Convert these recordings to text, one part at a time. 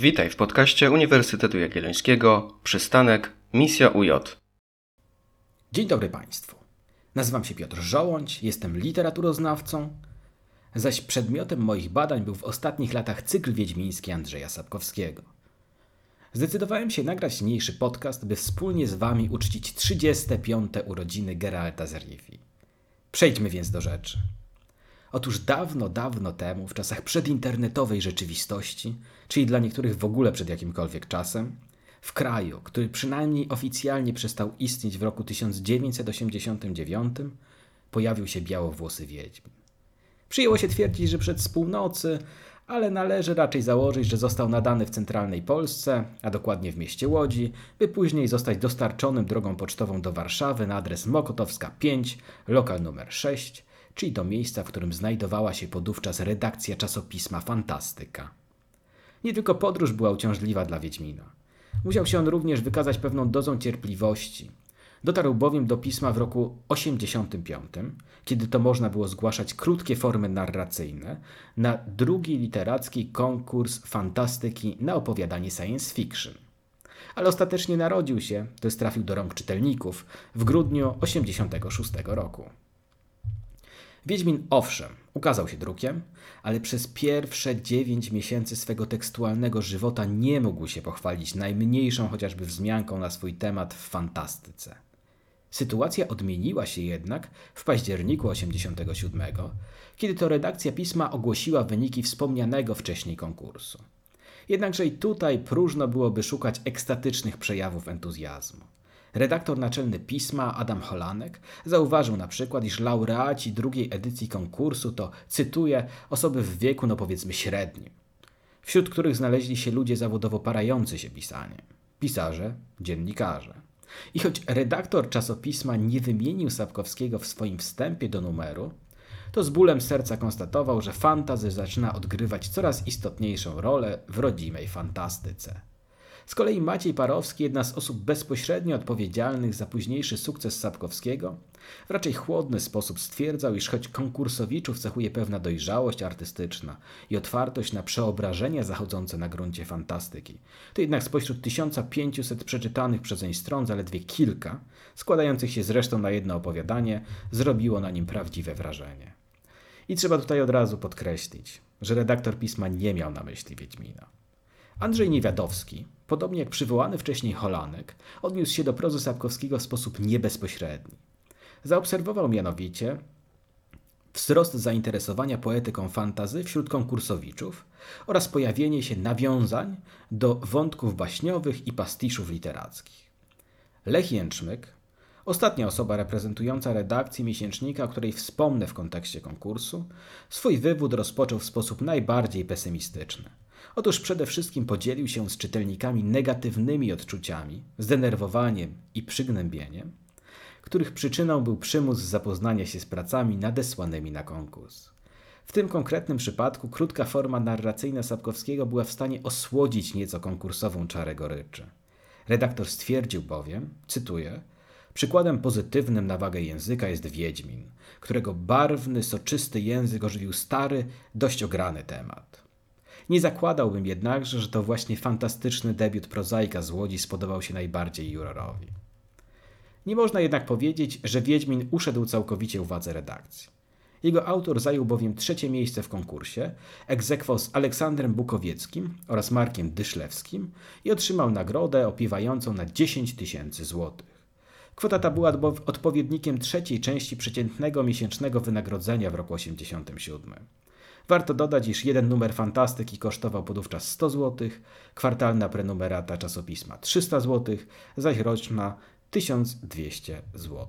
Witaj w podcaście Uniwersytetu Jagiellońskiego, przystanek Misja UJ. Dzień dobry Państwu. Nazywam się Piotr Żołądź, jestem literaturoznawcą, zaś przedmiotem moich badań był w ostatnich latach cykl wiedźmiński Andrzeja Sapkowskiego. Zdecydowałem się nagrać niniejszy podcast, by wspólnie z Wami uczcić 35. urodziny Geralta z Rivii. Przejdźmy więc do rzeczy. Otóż dawno temu, w czasach przedinternetowej rzeczywistości, czyli dla niektórych w ogóle przed jakimkolwiek czasem, w kraju, który przynajmniej oficjalnie przestał istnieć w roku 1989, pojawił się białowłosy wiedźmin. Przyjęło się twierdzić, że przed z północy, ale należy raczej założyć, że został nadany w centralnej Polsce, a dokładnie w mieście Łodzi, by później zostać dostarczonym drogą pocztową do Warszawy na adres Mokotowska 5, lokal numer 6, czyli do miejsca, w którym znajdowała się podówczas redakcja czasopisma Fantastyka. Nie tylko podróż była uciążliwa dla Wiedźmina. Musiał się on również wykazać pewną dozą cierpliwości. Dotarł bowiem do pisma w roku 85, kiedy to można było zgłaszać krótkie formy narracyjne na drugi literacki konkurs fantastyki na opowiadanie science fiction. Ale ostatecznie narodził się, to jest trafił do rąk czytelników, w grudniu 86 roku. Wiedźmin owszem, ukazał się drukiem, ale przez pierwsze 9 miesięcy swego tekstualnego żywota nie mógł się pochwalić najmniejszą chociażby wzmianką na swój temat w fantastyce. Sytuacja odmieniła się jednak w październiku 87, kiedy to redakcja pisma ogłosiła wyniki wspomnianego wcześniej konkursu. Jednakże i tutaj próżno byłoby szukać ekstatycznych przejawów entuzjazmu. Redaktor naczelny pisma Adam Holanek zauważył na przykład, iż laureaci drugiej edycji konkursu to, cytuję, osoby w wieku powiedzmy średnim, wśród których znaleźli się ludzie zawodowo parający się pisaniem, pisarze, dziennikarze. I choć redaktor czasopisma nie wymienił Sapkowskiego w swoim wstępie do numeru, to z bólem serca konstatował, że fantasy zaczyna odgrywać coraz istotniejszą rolę w rodzimej fantastyce. Z kolei Maciej Parowski, jedna z osób bezpośrednio odpowiedzialnych za późniejszy sukces Sapkowskiego, w raczej chłodny sposób stwierdzał, iż choć konkursowiczów cechuje pewna dojrzałość artystyczna i otwartość na przeobrażenia zachodzące na gruncie fantastyki, to jednak spośród 1500 przeczytanych przezeń stron zaledwie kilka, składających się zresztą na jedno opowiadanie, zrobiło na nim prawdziwe wrażenie. I trzeba tutaj od razu podkreślić, że redaktor pisma nie miał na myśli Wiedźmina. Andrzej Niewiadowski, podobnie jak przywołany wcześniej Holanek, odniósł się do prozy Sapkowskiego w sposób niebezpośredni. Zaobserwował mianowicie wzrost zainteresowania poetyką fantasy wśród konkursowiczów oraz pojawienie się nawiązań do wątków baśniowych i pastiszów literackich. Lech Jęczmyk, ostatnia osoba reprezentująca redakcję miesięcznika, o której wspomnę w kontekście konkursu, swój wywód rozpoczął w sposób najbardziej pesymistyczny. Otóż przede wszystkim podzielił się z czytelnikami negatywnymi odczuciami, zdenerwowaniem i przygnębieniem, których przyczyną był przymus zapoznania się z pracami nadesłanymi na konkurs. W tym konkretnym przypadku krótka forma narracyjna Sapkowskiego była w stanie osłodzić nieco konkursową czarę goryczy. Redaktor stwierdził bowiem, cytuję, przykładem pozytywnym na wagę języka jest Wiedźmin, którego barwny, soczysty język ożywił stary, dość ograny temat. Nie zakładałbym jednakże, że to właśnie fantastyczny debiut prozaika z Łodzi spodobał się najbardziej jurorowi. Nie można jednak powiedzieć, że Wiedźmin uszedł całkowicie uwadze redakcji. Jego autor zajął bowiem 3. miejsce w konkursie, ex aequo z Aleksandrem Bukowieckim oraz Markiem Dyszlewskim i otrzymał nagrodę opiewającą na 10 000 złotych. Kwota ta była odpowiednikiem 3. części przeciętnego miesięcznego wynagrodzenia w roku 1987. Warto dodać, iż jeden numer fantastyki kosztował podówczas 100 zł, kwartalna prenumerata czasopisma 300 zł, zaś roczna 1200 zł.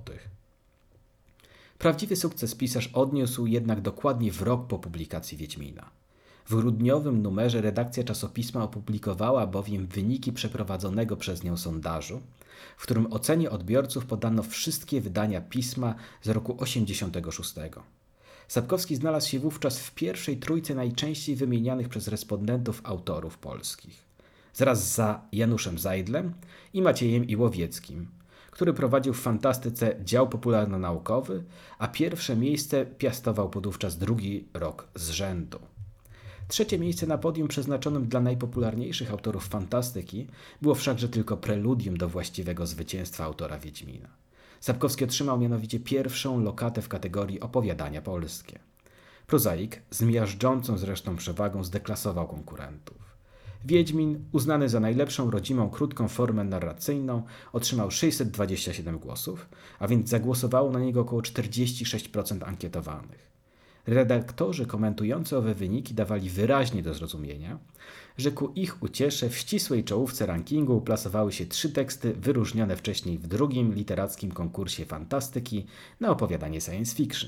Prawdziwy sukces pisarz odniósł jednak dokładnie w rok po publikacji Wiedźmina. W grudniowym numerze redakcja czasopisma opublikowała bowiem wyniki przeprowadzonego przez nią sondażu, w którym ocenie odbiorców podano wszystkie wydania pisma z roku 86. Sapkowski znalazł się wówczas w pierwszej trójce najczęściej wymienianych przez respondentów autorów polskich. Zaraz za Januszem Zajdlem i Maciejem Iłowieckim, który prowadził w fantastyce dział popularno-naukowy, a pierwsze miejsce piastował podówczas 2. rok z rzędu. Trzecie miejsce na podium przeznaczonym dla najpopularniejszych autorów fantastyki było wszakże tylko preludium do właściwego zwycięstwa autora Wiedźmina. Sapkowski otrzymał mianowicie pierwszą lokatę w kategorii opowiadania polskie. Prozaik z miażdżącą zresztą przewagą zdeklasował konkurentów. Wiedźmin, uznany za najlepszą rodzimą krótką formę narracyjną, otrzymał 627 głosów, a więc zagłosowało na niego około 46% ankietowanych. Redaktorzy komentujący owe wyniki dawali wyraźnie do zrozumienia, że ku ich uciesze w ścisłej czołówce rankingu uplasowały się 3 teksty wyróżnione wcześniej w drugim literackim konkursie fantastyki na opowiadanie science fiction.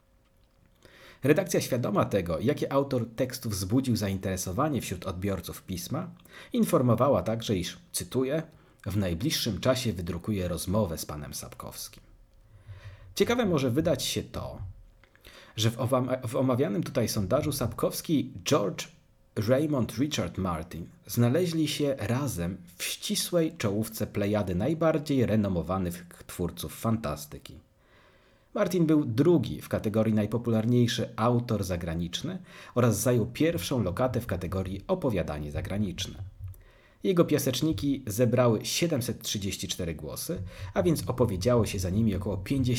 Redakcja świadoma tego, jakie autor tekstów wzbudził zainteresowanie wśród odbiorców pisma, informowała także, iż, cytuję, w najbliższym czasie wydrukuje rozmowę z panem Sapkowskim. Ciekawe może wydać się to, że w omawianym tutaj sondażu Sapkowski i George Raymond Richard Martin znaleźli się razem w ścisłej czołówce plejady najbardziej renomowanych twórców fantastyki. Martin był drugi w kategorii najpopularniejszy autor zagraniczny oraz zajął pierwszą lokatę w kategorii opowiadanie zagraniczne. Jego piaseczniki zebrały 734 głosy, a więc opowiedziało się za nimi około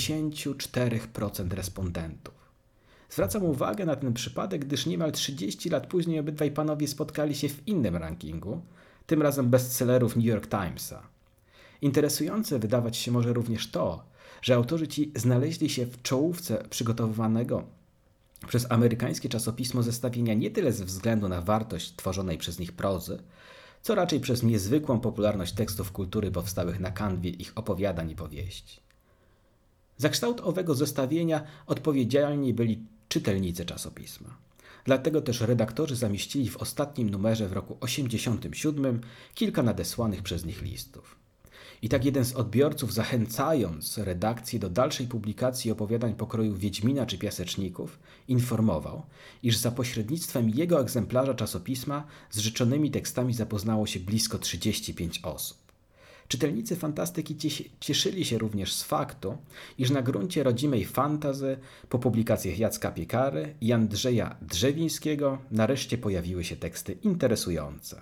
54% respondentów. Zwracam uwagę na ten przypadek, gdyż niemal 30 lat później obydwaj panowie spotkali się w innym rankingu, tym razem bestsellerów New York Timesa. Interesujące wydawać się może również to, że autorzy ci znaleźli się w czołówce przygotowywanego przez amerykańskie czasopismo zestawienia nie tyle ze względu na wartość tworzonej przez nich prozy, co raczej przez niezwykłą popularność tekstów kultury powstałych na kanwie ich opowiadań i powieści. Za kształt owego zestawienia odpowiedzialni byli czytelnicy czasopisma. Dlatego też redaktorzy zamieścili w ostatnim numerze w roku 1987 kilka nadesłanych przez nich listów. I tak jeden z odbiorców, zachęcając redakcję do dalszej publikacji opowiadań pokroju Wiedźmina czy Piaseczników, informował, iż za pośrednictwem jego egzemplarza czasopisma z życzonymi tekstami zapoznało się blisko 35 osób. Czytelnicy fantastyki cieszyli się również z faktu, iż na gruncie rodzimej fantazy po publikacjach Jacka Piekary i Andrzeja Drzewińskiego nareszcie pojawiły się teksty interesujące.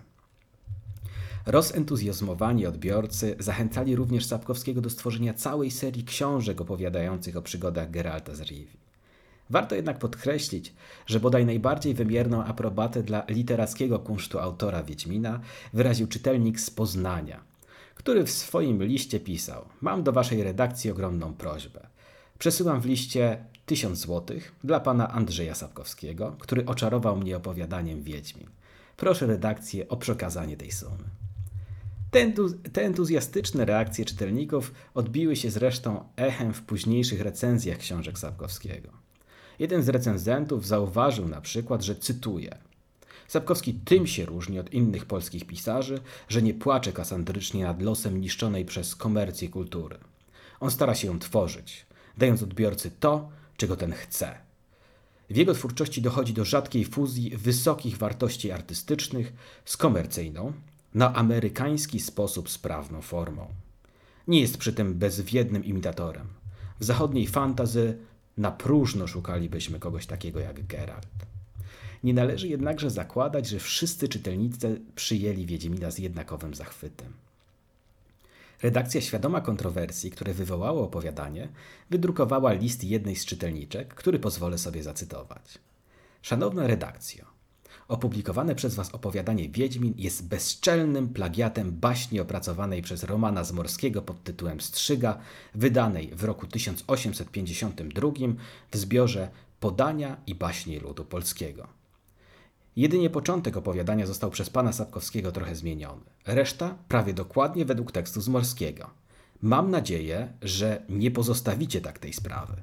Rozentuzjazmowani odbiorcy zachęcali również Sapkowskiego do stworzenia całej serii książek opowiadających o przygodach Geralta z Rivii. Warto jednak podkreślić, że bodaj najbardziej wymierną aprobatę dla literackiego kunsztu autora Wiedźmina wyraził czytelnik z Poznania, który w swoim liście pisał: mam do waszej redakcji ogromną prośbę. Przesyłam w liście 1000 złotych dla pana Andrzeja Sapkowskiego, który oczarował mnie opowiadaniem Wiedźmin. Proszę redakcję o przekazanie tej sumy. Te entuzjastyczne reakcje czytelników odbiły się zresztą echem w późniejszych recenzjach książek Sapkowskiego. Jeden z recenzentów zauważył na przykład, że, cytuję: Sapkowski tym się różni od innych polskich pisarzy, że nie płacze kasandrycznie nad losem niszczonej przez komercję kultury. On stara się ją tworzyć, dając odbiorcy to, czego ten chce. W jego twórczości dochodzi do rzadkiej fuzji wysokich wartości artystycznych z komercyjną, na amerykański sposób sprawną formą. Nie jest przy tym bezwiednym imitatorem. W zachodniej fantazy na próżno szukalibyśmy kogoś takiego jak Geralt. Nie należy jednakże zakładać, że wszyscy czytelnicy przyjęli Wiedźmina z jednakowym zachwytem. Redakcja, świadoma kontrowersji, które wywołało opowiadanie, wydrukowała list jednej z czytelniczek, który pozwolę sobie zacytować. Szanowna redakcjo, opublikowane przez was opowiadanie Wiedźmin jest bezczelnym plagiatem baśni opracowanej przez Romana Zmorskiego pod tytułem Strzyga, wydanej w roku 1852 w zbiorze Podania i baśni ludu polskiego. Jedynie początek opowiadania został przez pana Sapkowskiego trochę zmieniony. Reszta prawie dokładnie według tekstu Zmorskiego. Mam nadzieję, że nie pozostawicie tak tej sprawy.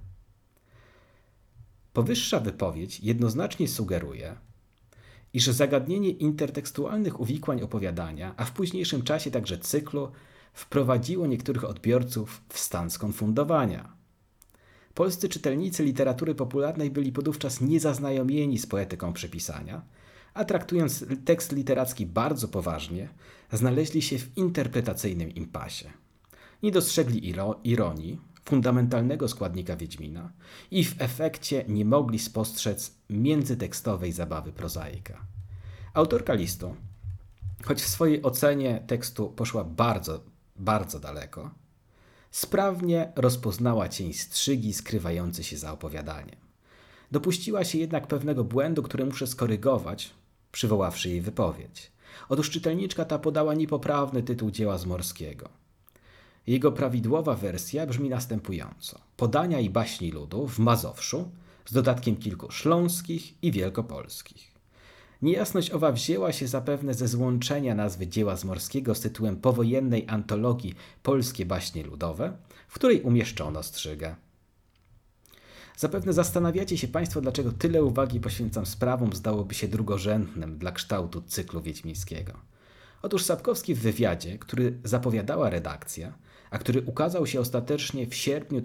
Powyższa wypowiedź jednoznacznie sugeruje, iż zagadnienie intertekstualnych uwikłań opowiadania, a w późniejszym czasie także cyklu, wprowadziło niektórych odbiorców w stan skonfundowania. Polscy czytelnicy literatury popularnej byli podówczas niezaznajomieni z poetyką przepisania, a traktując tekst literacki bardzo poważnie, znaleźli się w interpretacyjnym impasie. Nie dostrzegli ironii, fundamentalnego składnika Wiedźmina i w efekcie nie mogli spostrzec międzytekstowej zabawy prozaika. Autorka listu, choć w swojej ocenie tekstu poszła bardzo, bardzo daleko, sprawnie rozpoznała cień strzygi skrywający się za opowiadaniem. Dopuściła się jednak pewnego błędu, który muszę skorygować, przywoławszy jej wypowiedź. Otóż czytelniczka ta podała niepoprawny tytuł dzieła Zmorskiego. Jego prawidłowa wersja brzmi następująco. Podania i baśni ludu w Mazowszu z dodatkiem kilku śląskich i wielkopolskich. Niejasność owa wzięła się zapewne ze złączenia nazwy dzieła Zmorskiego z tytułem powojennej antologii Polskie baśnie ludowe, w której umieszczono strzygę. Zapewne zastanawiacie się Państwo, dlaczego tyle uwagi poświęcam sprawom zdałoby się drugorzędnym dla kształtu cyklu wiedźmińskiego. Otóż Sapkowski w wywiadzie, który zapowiadała redakcja, a który ukazał się ostatecznie w sierpniu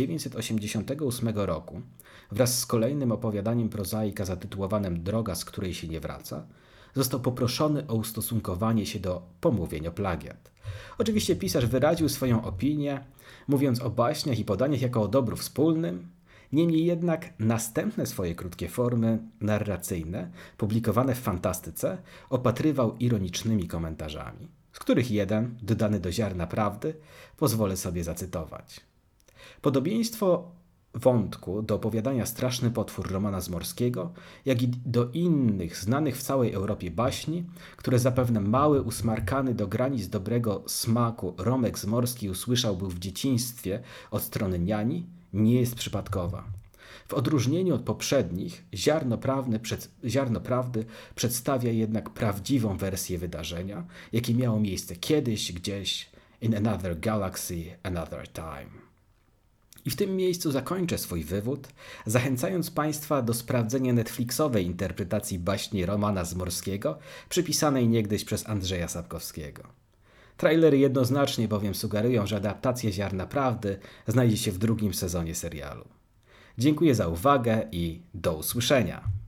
1988 roku, wraz z kolejnym opowiadaniem prozaika zatytułowanym Droga, z której się nie wraca, został poproszony o ustosunkowanie się do pomówień o plagiat. Oczywiście pisarz wyraził swoją opinię, mówiąc o baśniach i podaniach jako o dobru wspólnym. Niemniej jednak następne swoje krótkie formy narracyjne, publikowane w Fantastyce, opatrywał ironicznymi komentarzami, z których jeden, dodany do ziarna prawdy, pozwolę sobie zacytować. Podobieństwo wątku do opowiadania Straszny potwór Romana Zmorskiego, jak i do innych znanych w całej Europie baśni, które zapewne mały, usmarkany do granic dobrego smaku Romek Zmorski usłyszał był w dzieciństwie od strony niani, nie jest przypadkowa. W odróżnieniu od poprzednich, ziarno prawdy przedstawia jednak prawdziwą wersję wydarzenia, jakie miało miejsce kiedyś, gdzieś, in another galaxy, another time. I w tym miejscu zakończę swój wywód, zachęcając Państwa do sprawdzenia Netflixowej interpretacji baśni Romana Zmorskiego, przypisanej niegdyś przez Andrzeja Sapkowskiego. Trailery jednoznacznie bowiem sugerują, że adaptacja Ziarna Prawdy znajdzie się w drugim sezonie serialu. Dziękuję za uwagę i do usłyszenia.